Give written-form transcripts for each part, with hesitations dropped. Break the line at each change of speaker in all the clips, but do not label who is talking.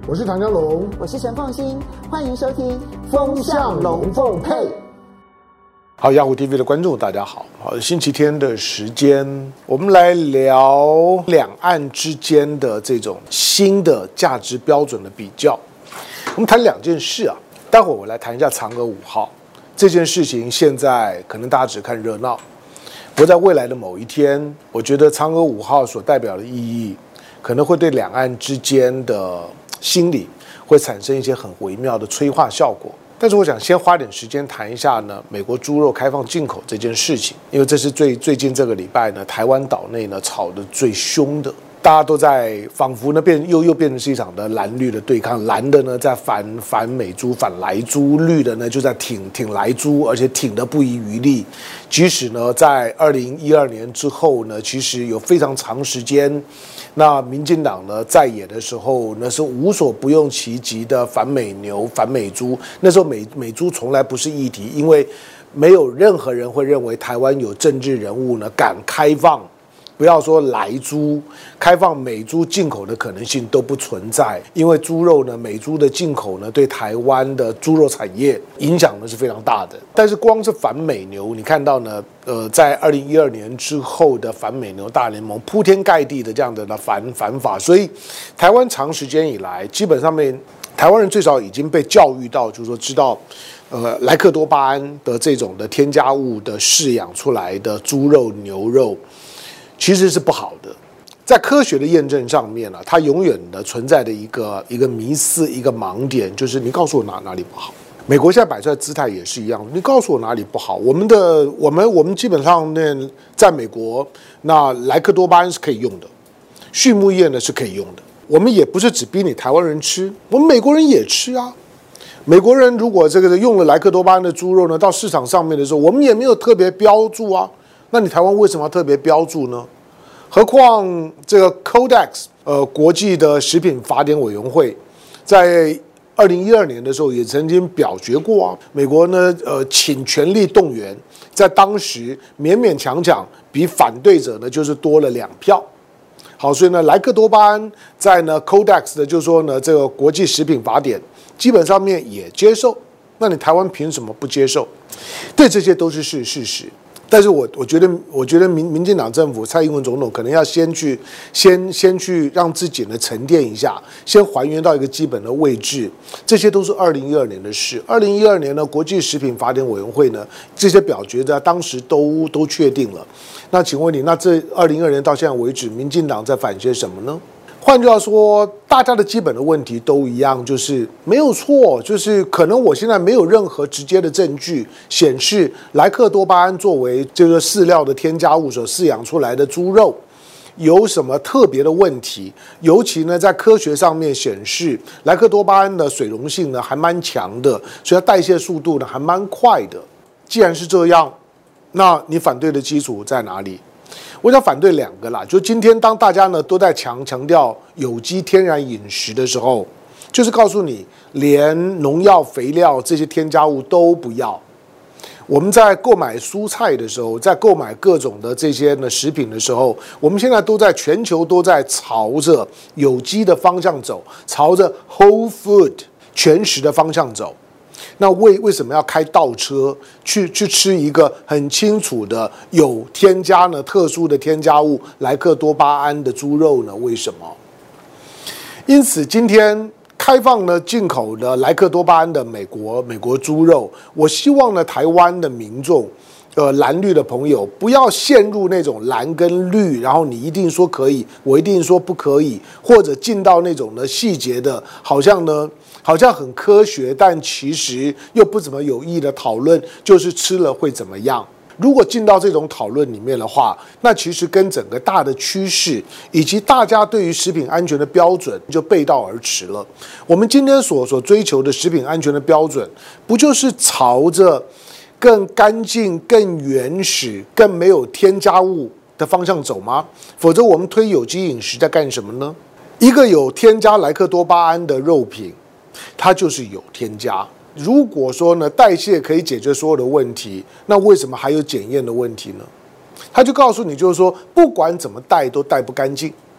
我是唐湘龙，
我是陈凤馨，欢迎收听《
风向龙凤配》。
好，雅虎 TV 的观众大家好，星期天的时间，我们来聊两岸之间的这种新的价值标准的比较。我们谈两件事啊，待会儿我来谈一下嫦娥5号这件事情。现在可能大家只看热闹，不过在未来的某一天，我觉得嫦娥5号所代表的意义，可能会对两岸之间的心理会产生一些很微妙的催化效果。但是我想先花点时间谈一下呢，美国猪肉开放进口这件事情，因为这是最近这个礼拜呢，台湾岛内呢吵得最凶的，大家都在仿佛呢又变成是一场的蓝绿的对抗，蓝的呢在反美猪反莱猪，绿的呢就在挺莱猪，而且挺得不遗余力。即使呢在2012年之后呢，其实有非常长时间，那民进党呢在野的时候呢是无所不用其极的反美牛反美猪。那时候美猪从来不是议题，因为没有任何人会认为台湾有政治人物呢敢开放，不要说莱猪，开放美猪进口的可能性都不存在。因为猪肉呢，美猪的进口呢，对台湾的猪肉产业影响呢是非常大的。但是光是反美牛，你看到呢，在2012年之后的反美牛大联盟铺天盖地的这样的反法，所以台湾长时间以来，基本上面台湾人最少已经被教育到，就是说知道，莱克多巴胺的这种的添加物的饲养出来的猪肉、牛肉，其实是不好的。在科学的验证上面呢，它永远的存在的一个迷思、一个盲点，就是你告诉我哪里不好。美国现在摆出来的姿态也是一样，你告诉我哪里不好。我们基本上呢，在美国，那莱克多巴胺是可以用的，畜牧业呢是可以用的。我们也不是只逼你台湾人吃，我们美国人也吃啊。美国人如果这个用了莱克多巴胺的猪肉呢，到市场上面的时候，我们也没有特别标注啊。那你台湾为什么要特别标注呢？何况这个 Codex 国际的食品法典委员会在2012年的时候也曾经表决过啊。美国呢请全力动员，在当时勉勉强强比反对者呢就是多了2票。好，所以呢莱克多巴胺在呢 Codex 的就是说呢这个国际食品法典基本上面也接受，那你台湾凭什么不接受？对，这些都是事实。但是我觉得民进党政府蔡英文总统可能要先去让自己呢沉淀一下，先还原到一个基本的位置。这些都是2012年的事。2012年呢，国际食品法典委员会呢这些表决在当时都确定了。那请问你，那这2012年到现在为止，民进党在反些什么呢？换句话说，大家的基本的问题都一样，就是没有错，就是可能我现在没有任何直接的证据显示莱克多巴胺作为这个饲料的添加物所饲养出来的猪肉有什么特别的问题。尤其呢，在科学上面显示，莱克多巴胺的水溶性呢还蛮强的，所以它代谢速度呢还蛮快的。既然是这样，那你反对的基础在哪里？我想反对2个啦，就今天当大家呢都在强调有机天然饮食的时候，就是告诉你连农药、肥料这些添加物都不要。我们在购买蔬菜的时候，在购买各种的这些呢食品的时候，我们现在全球都在朝着有机的方向走，朝着 whole food 全食的方向走。那为什么要开倒车去吃一个很清楚的有添加呢特殊的添加物莱克多巴胺的猪肉呢？为什么？因此今天开放呢进口的莱克多巴胺的美国猪肉，我希望呢台湾的民众蓝绿的朋友不要陷入那种蓝跟绿，然后你一定说可以，我一定说不可以，或者进到那种呢细节的，好像很科学，但其实又不怎么有意义的讨论，就是吃了会怎么样。如果进到这种讨论里面的话，那其实跟整个大的趋势以及大家对于食品安全的标准就背道而驰了。我们今天所追求的食品安全的标准，不就是朝着更干净、更原始、更没有添加物的方向走吗？否则我们推有机饮食在干什么呢？一个有添加莱克多巴胺的肉品，它就是有添加。如果说呢代谢可以解决所有的问题，那为什么还有检验的问题呢？他就告诉你，就是说不管怎么带都带不干净。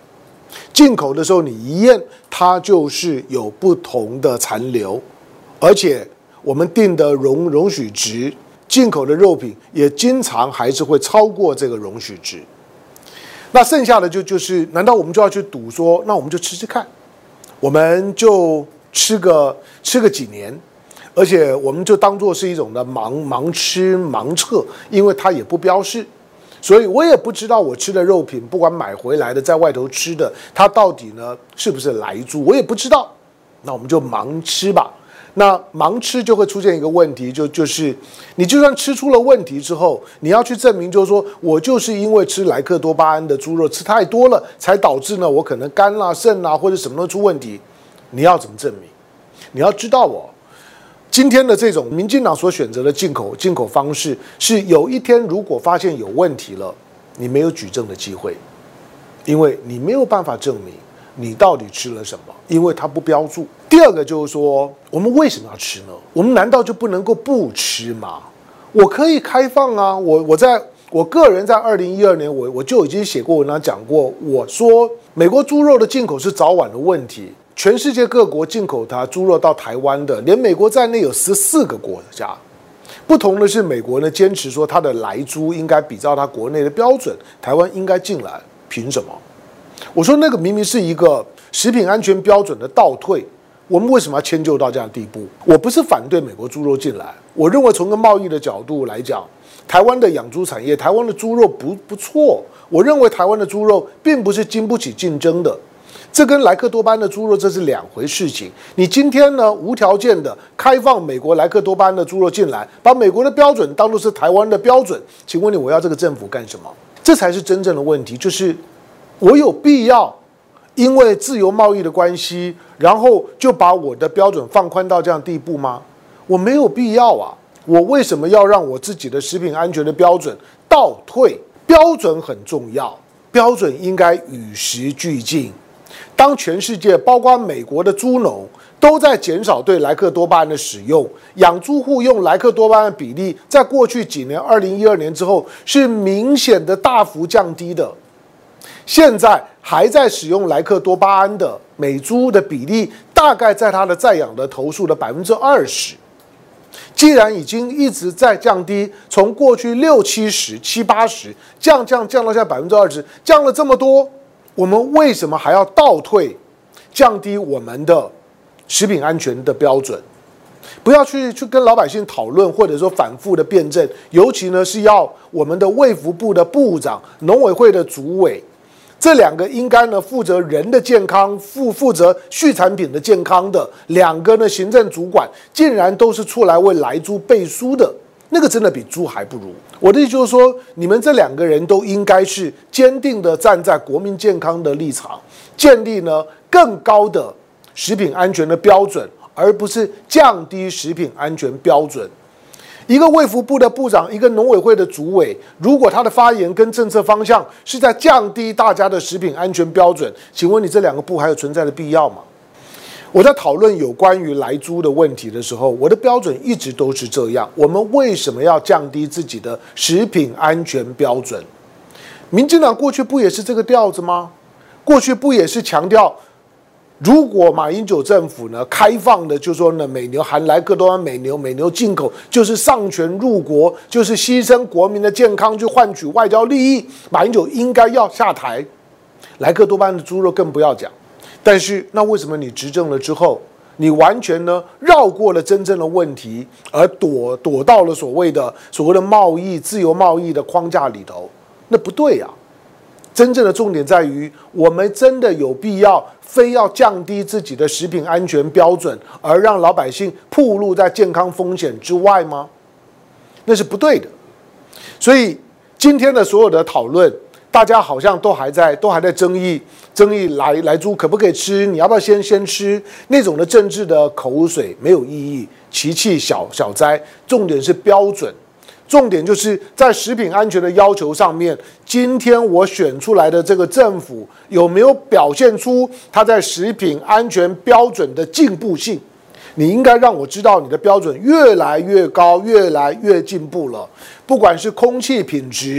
进口的时候你一验，它就是有不同的残留，而且我们定的容许值，进口的肉品也经常还是会超过这个容许值。那剩下的就是难道我们就要去赌说，那我们就吃吃看，我们就吃个几年，而且我们就当作是一种的盲吃盲测，因为它也不标示，所以我也不知道我吃的肉品，不管买回来的在外头吃的，它到底呢是不是来猪，我也不知道。那我们就盲吃吧。那盲吃就会出现一个问题，就是你就算吃出了问题之后，你要去证明，就是说我就是因为吃莱克多巴胺的猪肉吃太多了，才导致呢我可能肝啦、肾啦或者什么都出问题。你要怎么证明？你要知道今天的这种民进党所选择的进口方式，是有一天如果发现有问题了，你没有举证的机会，因为你没有办法证明你到底吃了什么，因为它不标注。第二个就是说，我们为什么要吃呢？我们难道就不能够不吃吗？我可以开放啊！我个人在2012年我就已经写过文章讲过，我说美国猪肉的进口是早晚的问题。全世界各国进口它猪肉到台湾的，连美国在内有14个国家。不同的是，美国呢坚持说它的来猪应该比照它国内的标准，台湾应该进来，凭什么？我说那个明明是一个食品安全标准的倒退，我们为什么要迁就到这样的地步？我不是反对美国猪肉进来，我认为从个贸易的角度来讲，台湾的养猪产业，台湾的猪肉不错。我认为台湾的猪肉并不是经不起竞争的。这跟莱克多巴胺的猪肉这是两回事情。你今天呢无条件的开放美国莱克多巴胺的猪肉进来，把美国的标准当作是台湾的标准，请问你我要这个政府干什么？这才是真正的问题，就是我有必要因为自由贸易的关系，然后就把我的标准放宽到这样的地步吗？我没有必要啊！我为什么要让我自己的食品安全的标准倒退？标准很重要，标准应该与时俱进。当全世界包括美国的猪农都在减少对莱克多巴胺的使用，养猪户用莱克多巴胺的比例在过去几年2012年之后是明显的大幅降低的。现在还在使用莱克多巴胺的美猪的比例大概在它的在养的头数的20%。既然已经一直在降低，从过去60%、70%、70%降到现在20%，降了这么多，我们为什么还要倒退，降低我们的食品安全的标准？不要去跟老百姓讨论，或者说反复的辩证，尤其呢是要我们的卫福部的部长、农委会的主委，这两个应该呢负责人的健康、负责畜产品的健康的两个呢行政主管，竟然都是出来为来猪背书的，那个真的比猪还不如。我的意思就是说，你们这两个人都应该是坚定的站在国民健康的立场，建立呢更高的食品安全的标准，而不是降低食品安全标准。一个卫福部的部长，一个农委会的主委，如果他的发言跟政策方向是在降低大家的食品安全标准，请问你这两个部还有存在的必要吗？我在讨论有关于来猪的问题的时候，我的标准一直都是这样。我们为什么要降低自己的食品安全标准？民进党过去不也是这个调子吗？过去不也是强调，如果马英九政府呢开放的，就说呢美牛含莱克多巴胺美牛进口就是上权入国，就是牺牲国民的健康去换取外交利益，马英九应该要下台。莱克多巴胺的猪肉更不要讲。但是那为什么你执政了之后，你完全呢绕过了真正的问题，而躲到了所谓的贸易自由贸易的框架里头？那不对啊！真正的重点在于，我们真的有必要非要降低自己的食品安全标准，而让老百姓暴露在健康风险之外吗？那是不对的。所以今天的所有的讨论，大家好像都还在争议来猪可不可以吃，你要不要先吃，那种的政治的口水没有意义，奇气小灾。重点是标准，重点就是在食品安全的要求上面，今天我选出来的这个政府有没有表现出它在食品安全标准的进步性？你应该让我知道你的标准越来越高，越来越进步了。不管是空气品质，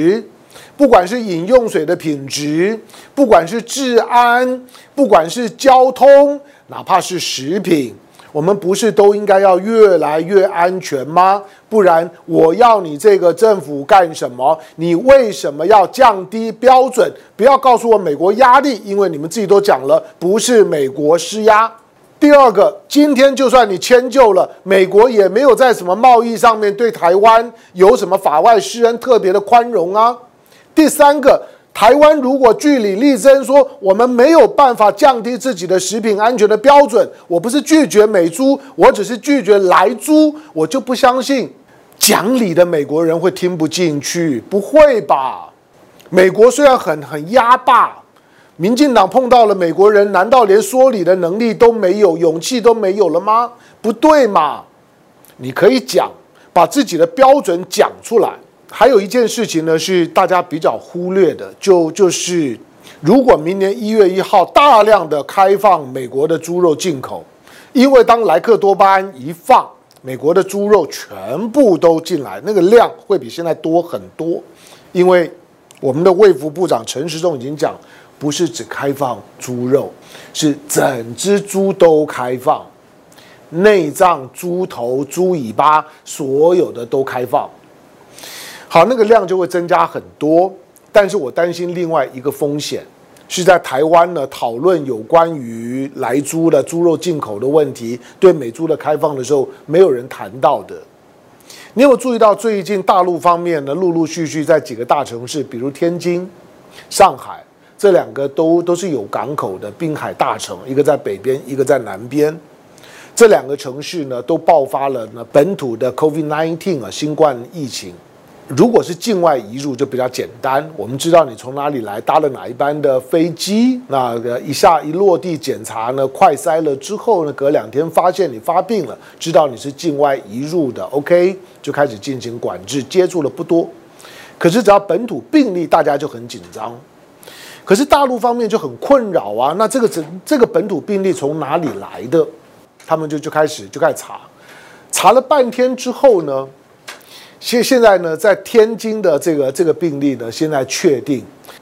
不管是饮用水的品质，不管是治安，不管是交通，哪怕是食品，我们不是都应该要越来越安全吗？不然我要你这个政府干什么？你为什么要降低标准？不要告诉我美国压力，因为你们自己都讲了，不是美国施压。第二个，今天就算你迁就了，美国也没有在什么贸易上面对台湾有什么法外施恩特别的宽容啊。第三个，台湾如果据理力争说我们没有办法降低自己的食品安全的标准，我不是拒绝美猪，我只是拒绝莱猪，我就不相信讲理的美国人会听不进去，不会吧？美国虽然很压霸，民进党碰到了美国人，难道连说理的能力都没有，勇气都没有了吗？不对嘛？你可以讲，把自己的标准讲出来。还有一件事情呢，是大家比较忽略的，就是如果明年1月1号大量的开放美国的猪肉进口，因为当莱克多巴胺一放，美国的猪肉全部都进来，那个量会比现在多很多。因为我们的卫福部长陈时中已经讲，不是只开放猪肉，是整只猪都开放，内脏、猪头、猪尾巴，所有的都开放。好，那个量就会增加很多，但是我担心另外一个风险是在台湾呢讨论有关于莱猪的猪肉进口的问题，对美猪的开放的时候，没有人谈到的。你有注意到最近大陆方面呢，陆陆续续在几个大城市，比如天津、上海，这两个都是有港口的滨海大城，一个在北边，一个在南边。这两个城市呢，都爆发了呢本土的 COVID-19 新冠疫情。如果是境外移入就比较简单，我们知道你从哪里来，搭了哪一班的飞机，那个一落地检查呢，快筛了之后呢，隔2天发现你发病了，知道你是境外移入的 ，OK， 就开始进行管制，接触了不多。可是只要本土病例，大家就很紧张。可是大陆方面就很困扰啊，那这个本土病例从哪里来的？他们就开始查了半天之后呢？现在呢，在天津的这个病例呢，现在确定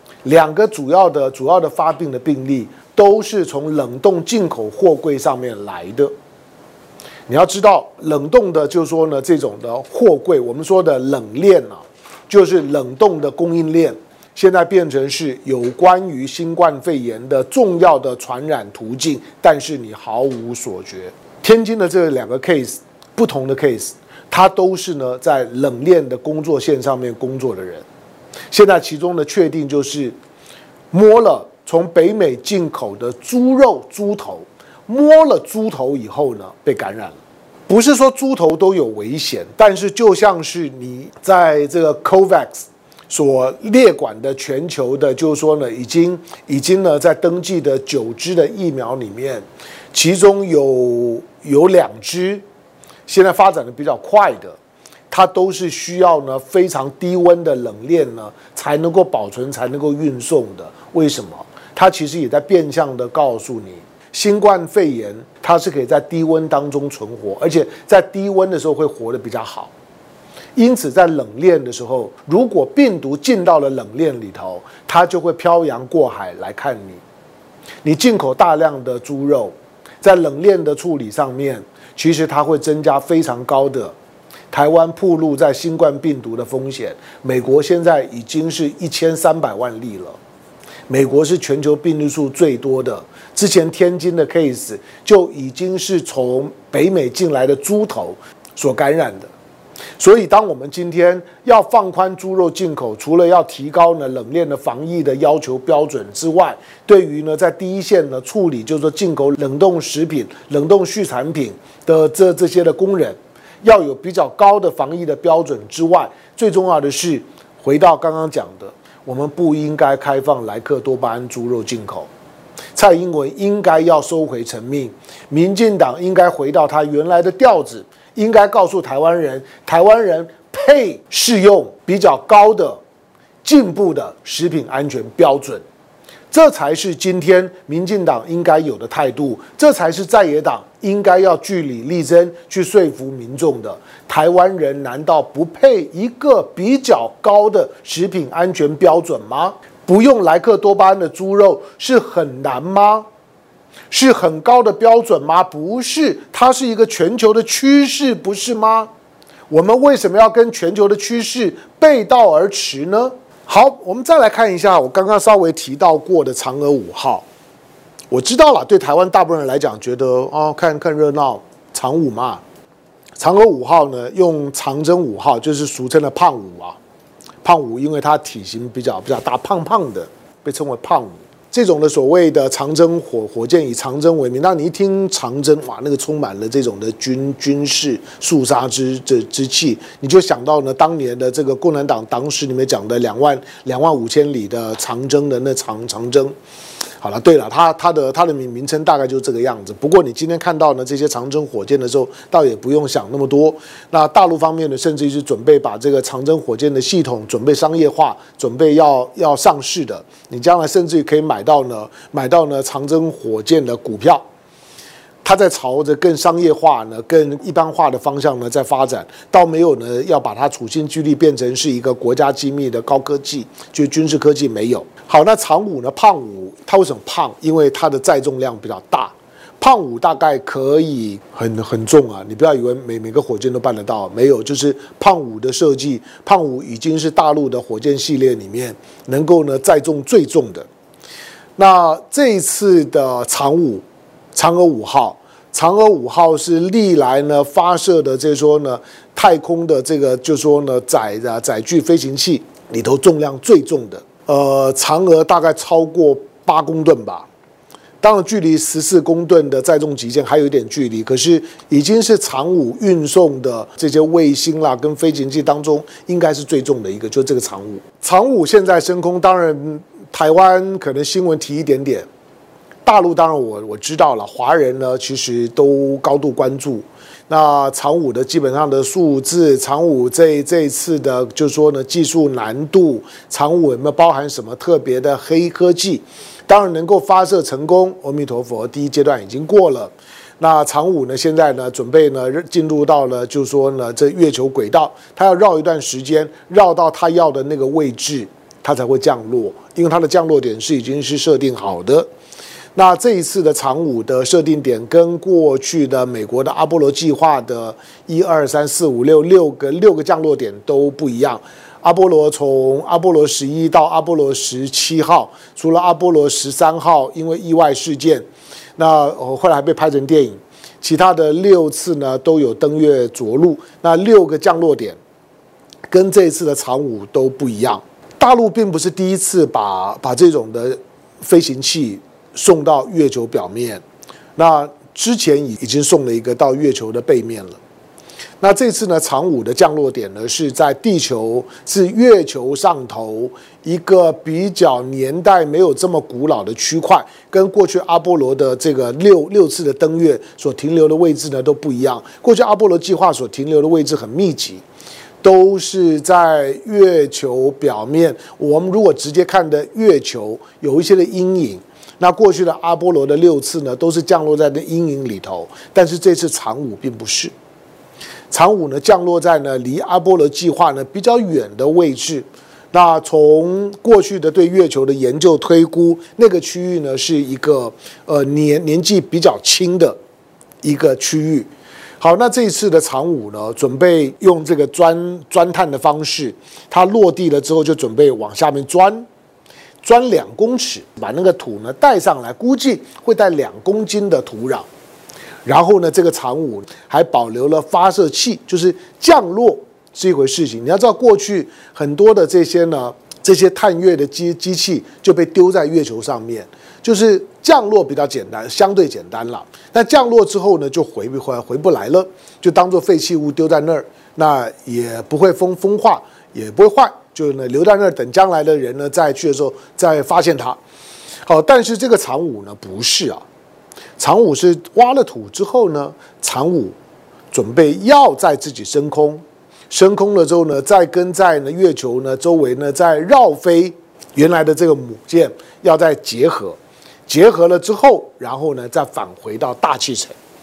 2个主要的发病的病例都是从冷冻进口货柜上面来的。你要知道，冷冻的，就是说呢，这种的货柜，我们说的冷链啊，就是冷冻的供应链，现在变成是有关于新冠肺炎的重要的传染途径，但是你毫无所觉。天津的这2个 case， 不同的 case。他都是呢在冷链的工作线上面工作的人，现在其中的确定就是摸了从北美进口的猪肉猪头，摸了猪头以后呢被感染了。不是说猪头都有危险，但是就像是你在这个 COVAX 所列管的全球的，就是说呢已经呢在登记的9支的疫苗里面，其中有2支。现在发展的比较快的，它都是需要呢非常低温的冷链呢才能够保存，才能够运送的。为什么？它其实也在变相的告诉你，新冠肺炎它是可以在低温当中存活，而且在低温的时候会活得比较好。因此，在冷链的时候，如果病毒进到了冷链里头，它就会漂洋过海来看你。你进口大量的猪肉，在冷链的处理上面。其实它会增加非常高的台湾暴露在新冠病毒的风险。美国现在已经是1300万例了，美国是全球病例数最多的。之前天津的 case 就已经是从北美进来的猪头所感染的。所以当我们今天要放宽猪肉进口，除了要提高呢冷链的防疫的要求标准之外，对于呢在第一线呢处理，就是说进口冷冻食品、冷冻畜产品的这些的工人，要有比较高的防疫的标准之外，最重要的是回到刚刚讲的，我们不应该开放莱克多巴胺猪肉进口。蔡英文应该要收回成命，民进党应该回到他原来的调子，应该告诉台湾人，台湾人配适用比较高的进步的食品安全标准，这才是今天民进党应该有的态度，这才是在野党应该要据理力争，去说服民众的。台湾人难道不配一个比较高的食品安全标准吗？不用莱克多巴胺的猪肉是很难吗？是很高的标准吗？不是，它是一个全球的趋势，不是吗？我们为什么要跟全球的趋势背道而驰呢？好，我们再来看一下我刚刚稍微提到过的嫦娥5号。我知道了，对台湾大部分人来讲，觉得哦，看看热闹，嫦5嘛。嫦娥5号呢，用长征5号，就是俗称的胖5啊。胖5，因为它体型比较大，胖胖的，被称为胖5。这种的所谓的长征火箭以长征为名，那你一听长征，哇，那个充满了这种的军事肃杀之气，你就想到呢当年的这个共产党党史里面讲的2万5千里的长征的那长征。好了，对了，它的名称大概就是这个样子。不过你今天看到呢这些长征火箭的时候，倒也不用想那么多。那大陆方面呢，甚至于是准备把这个长征火箭的系统准备商业化，准备要上市的。你将来甚至于可以买到呢长征火箭的股票。它在朝着更商业化呢、更一般化的方向呢在发展，倒没有呢要把它处心积虑变成是一个国家机密的高科技，就是军事科技没有。好，那长5呢？胖5，它为什么胖？因为它的载重量比较大。胖5大概可以很重啊，你不要以为每个火箭都办得到，没有，就是胖5的设计，胖5已经是大陆的火箭系列里面能够呢载重最重的。那这一次的嫦娥5号，嫦娥5号是历来呢发射的，这说呢太空的这个就说呢载具飞行器里头重量最重的。嫦娥大概超过8公吨吧，当然距离14公吨的载重极限还有一点距离，可是已经是嫦5运送的这些卫星啦跟飞行器当中应该是最重的一个，就这个嫦5。嫦5现在升空，当然台湾可能新闻提一点点。大陆当然我知道了，华人呢其实都高度关注。那嫦5的基本上的数字，嫦5这一次的就是说呢技术难度，嫦5有没有包含什么特别的黑科技？当然能够发射成功，阿弥陀佛，第一阶段已经过了。那嫦5呢现在呢准备呢进入到了就是说呢这月球轨道，它要绕一段时间，绕到它要的那个位置，它才会降落，因为它的降落点已经是设定好的。那这一次的嫦5的设定点跟过去的美国的阿波罗计划的1、2、3、4、5、6个降落点都不一样。从阿波罗11到阿波罗17号，除了阿波罗13号因为意外事件，那后来还被拍成电影，其他的6次呢都有登月着陆。那6个降落点跟这一次的嫦5都不一样。大陆并不是第一次把这种的飞行器送到月球表面，那之前已经送了一个到月球的背面了。那这次呢，嫦5的降落点呢是在地球，是月球上头一个比较年代没有这么古老的区块，跟过去阿波罗的这个六次的登月所停留的位置呢都不一样。过去阿波罗计划所停留的位置很密集，都是在月球表面。我们如果直接看的月球有一些的阴影。那过去的阿波罗的6次呢，都是降落在那阴影里头，但是这次嫦5并不是。嫦5呢降落在呢离阿波罗计划呢比较远的位置。那从过去的对月球的研究推估，那个区域呢是一个年纪比较轻的一个区域。好，那这一次的嫦5呢，准备用这个钻探的方式，它落地了之后就准备往下面钻2公尺，把那个土呢带上来，估计会带2公斤的土壤。然后呢，这个嫦5还保留了发射器，就是降落是一回事情。你要知道，过去很多的这些探月的机器就被丢在月球上面，就是降落比较简单，相对简单了。但降落之后呢，就回不来了，就当做废弃物丢在那儿，那也不会风化，也不会坏。就呢留在那儿，等将来的人呢再去的时候再发现它。好，但是这个嫦5呢不是啊，嫦5是挖了土之后呢，嫦5准备要在自己升空了之后呢，再跟在呢月球呢周围呢再绕飞原来的这个母舰，要再结合了之后，然后呢再返回到大气层。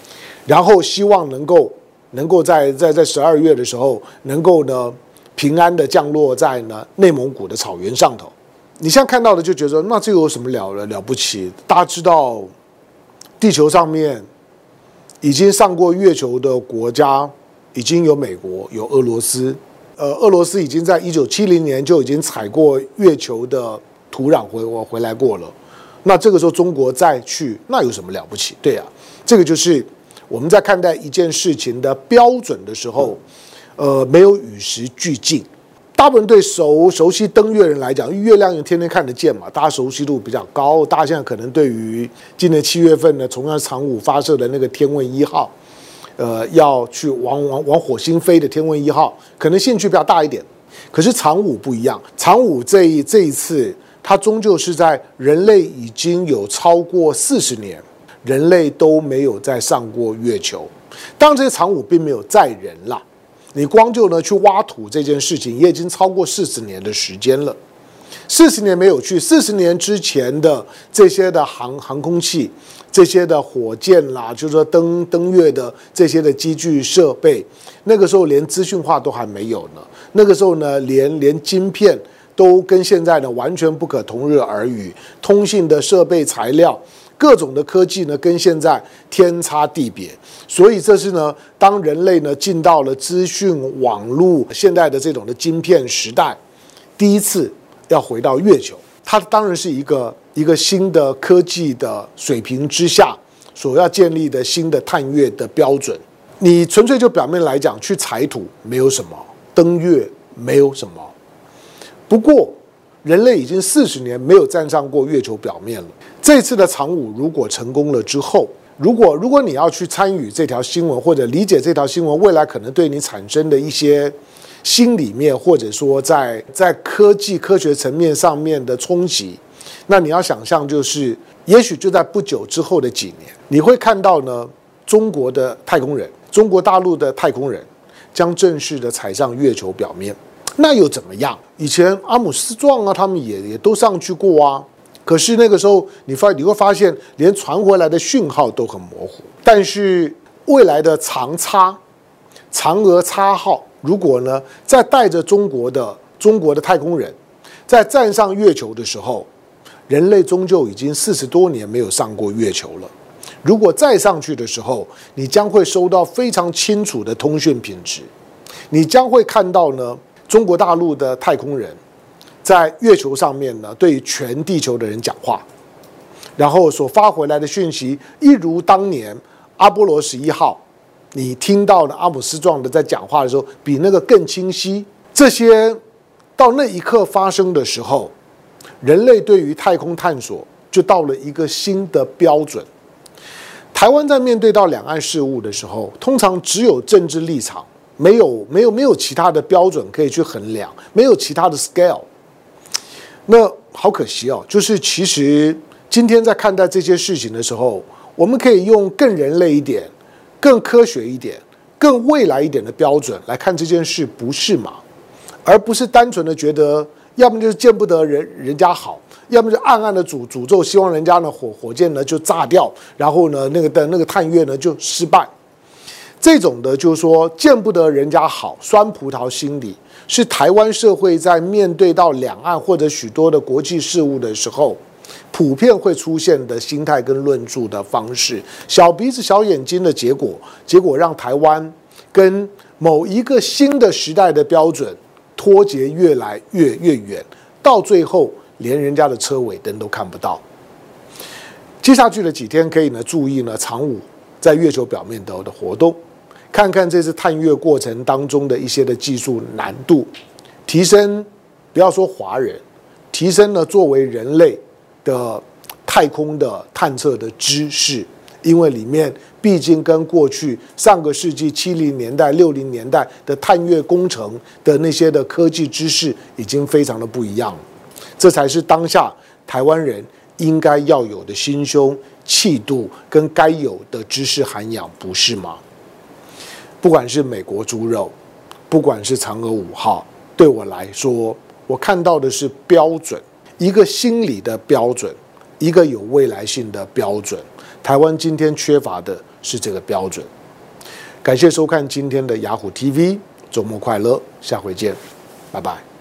然后希望能够在12月的时候能够呢平安的降落在呢内蒙古的草原上头。你现在看到的就觉得那这有什么了不起？大家知道，地球上面已经上过月球的国家已经有美国，有俄罗斯。俄罗斯已经在1970年就已经踩过月球的土壤回来过了。那这个时候中国再去，那有什么了不起？对啊，这个就是我们在看待一件事情的标准的时候，没有与时俱进。大部分对熟悉登月人来讲，月亮天天看得见嘛，大家熟悉度比较高。大家现在可能对于今年7月份呢，同样长5发射的那个天问1号，要去往火星飞的天问1号，可能兴趣比较大一点。可是长5不一样，长5这一次，它终究是在人类已经有超过40年，人类都没有再上过月球。当然，这些长5并没有载人啦。你光就呢去挖土这件事情，也已经超过40年的时间了。40年没有去，40年之前的这些的航空器、这些的火箭啦，就是说登月的这些的机具设备，那个时候连资讯化都还没有呢。那个时候呢，连晶片都跟现在呢完全不可同日而语，通信的设备材料。各种的科技呢，跟现在天差地别，所以这是呢，当人类呢进到了资讯网络现在的这种的晶片时代，第一次要回到月球，它当然是一个新的科技的水平之下所要建立的新的探月的标准。你纯粹就表面来讲，去采土没有什么，登月没有什么，不过人类已经40年没有站上过月球表面了。这次的长5如果成功了之后，如果你要去参与这条新闻或者理解这条新闻未来可能对你产生的一些心里面或者说在科学层面上面的冲击，那你要想象就是也许就在不久之后的几年，你会看到呢中国的太空人，中国大陆的太空人将正式的踩上月球表面。那又怎么样？以前阿姆斯壮啊他们也都上去过啊，可是那个时候你会发现连传回来的讯号都很模糊。但是未来的嫦娥叉号如果呢再带着中国的太空人在站上月球的时候，人类终究已经40多年没有上过月球了。如果再上去的时候，你将会收到非常清楚的通讯品质，你将会看到呢中国大陆的太空人在月球上面呢对全地球的人讲话，然后所发回来的讯息一如当年阿波罗11号你听到的阿姆斯壮的在讲话的时候比那个更清晰。这些到那一刻发生的时候，人类对于太空探索就到了一个新的标准。台湾在面对到两岸事务的时候，通常只有政治立场，没有其他的标准可以去衡量，没有其他的 scale。那好可惜哦，就是其实今天在看待这些事情的时候，我们可以用更人类一点、更科学一点、更未来一点的标准来看这件事，不是吗？而不是单纯的觉得，要么就是见不得人家好，要么就暗暗的诅咒，希望人家呢火箭呢就炸掉，然后呢那个探月呢就失败。这种的就是说见不得人家好，酸葡萄心理，是台湾社会在面对到两岸或者许多的国际事务的时候，普遍会出现的心态跟论述的方式。小鼻子小眼睛的结果让台湾跟某一个新的时代的标准脱节越来越远，到最后连人家的车尾灯都看不到。接下去的几天可以呢注意呢长5在月球表面的活动，看看这次探月过程当中的一些的技术难度提升，不要说华人，提升了作为人类的太空的探测的知识，因为里面毕竟跟过去上个世纪70年代、60年代的探月工程的那些的科技知识已经非常的不一样了。这才是当下台湾人应该要有的心胸、气度跟该有的知识涵养，不是吗？不管是美国猪肉，不管是嫦娥5号，对我来说，我看到的是标准，一个心理的标准，一个有未来性的标准。台湾今天缺乏的是这个标准。感谢收看今天的雅虎 TV，周末快乐，下回见，拜拜。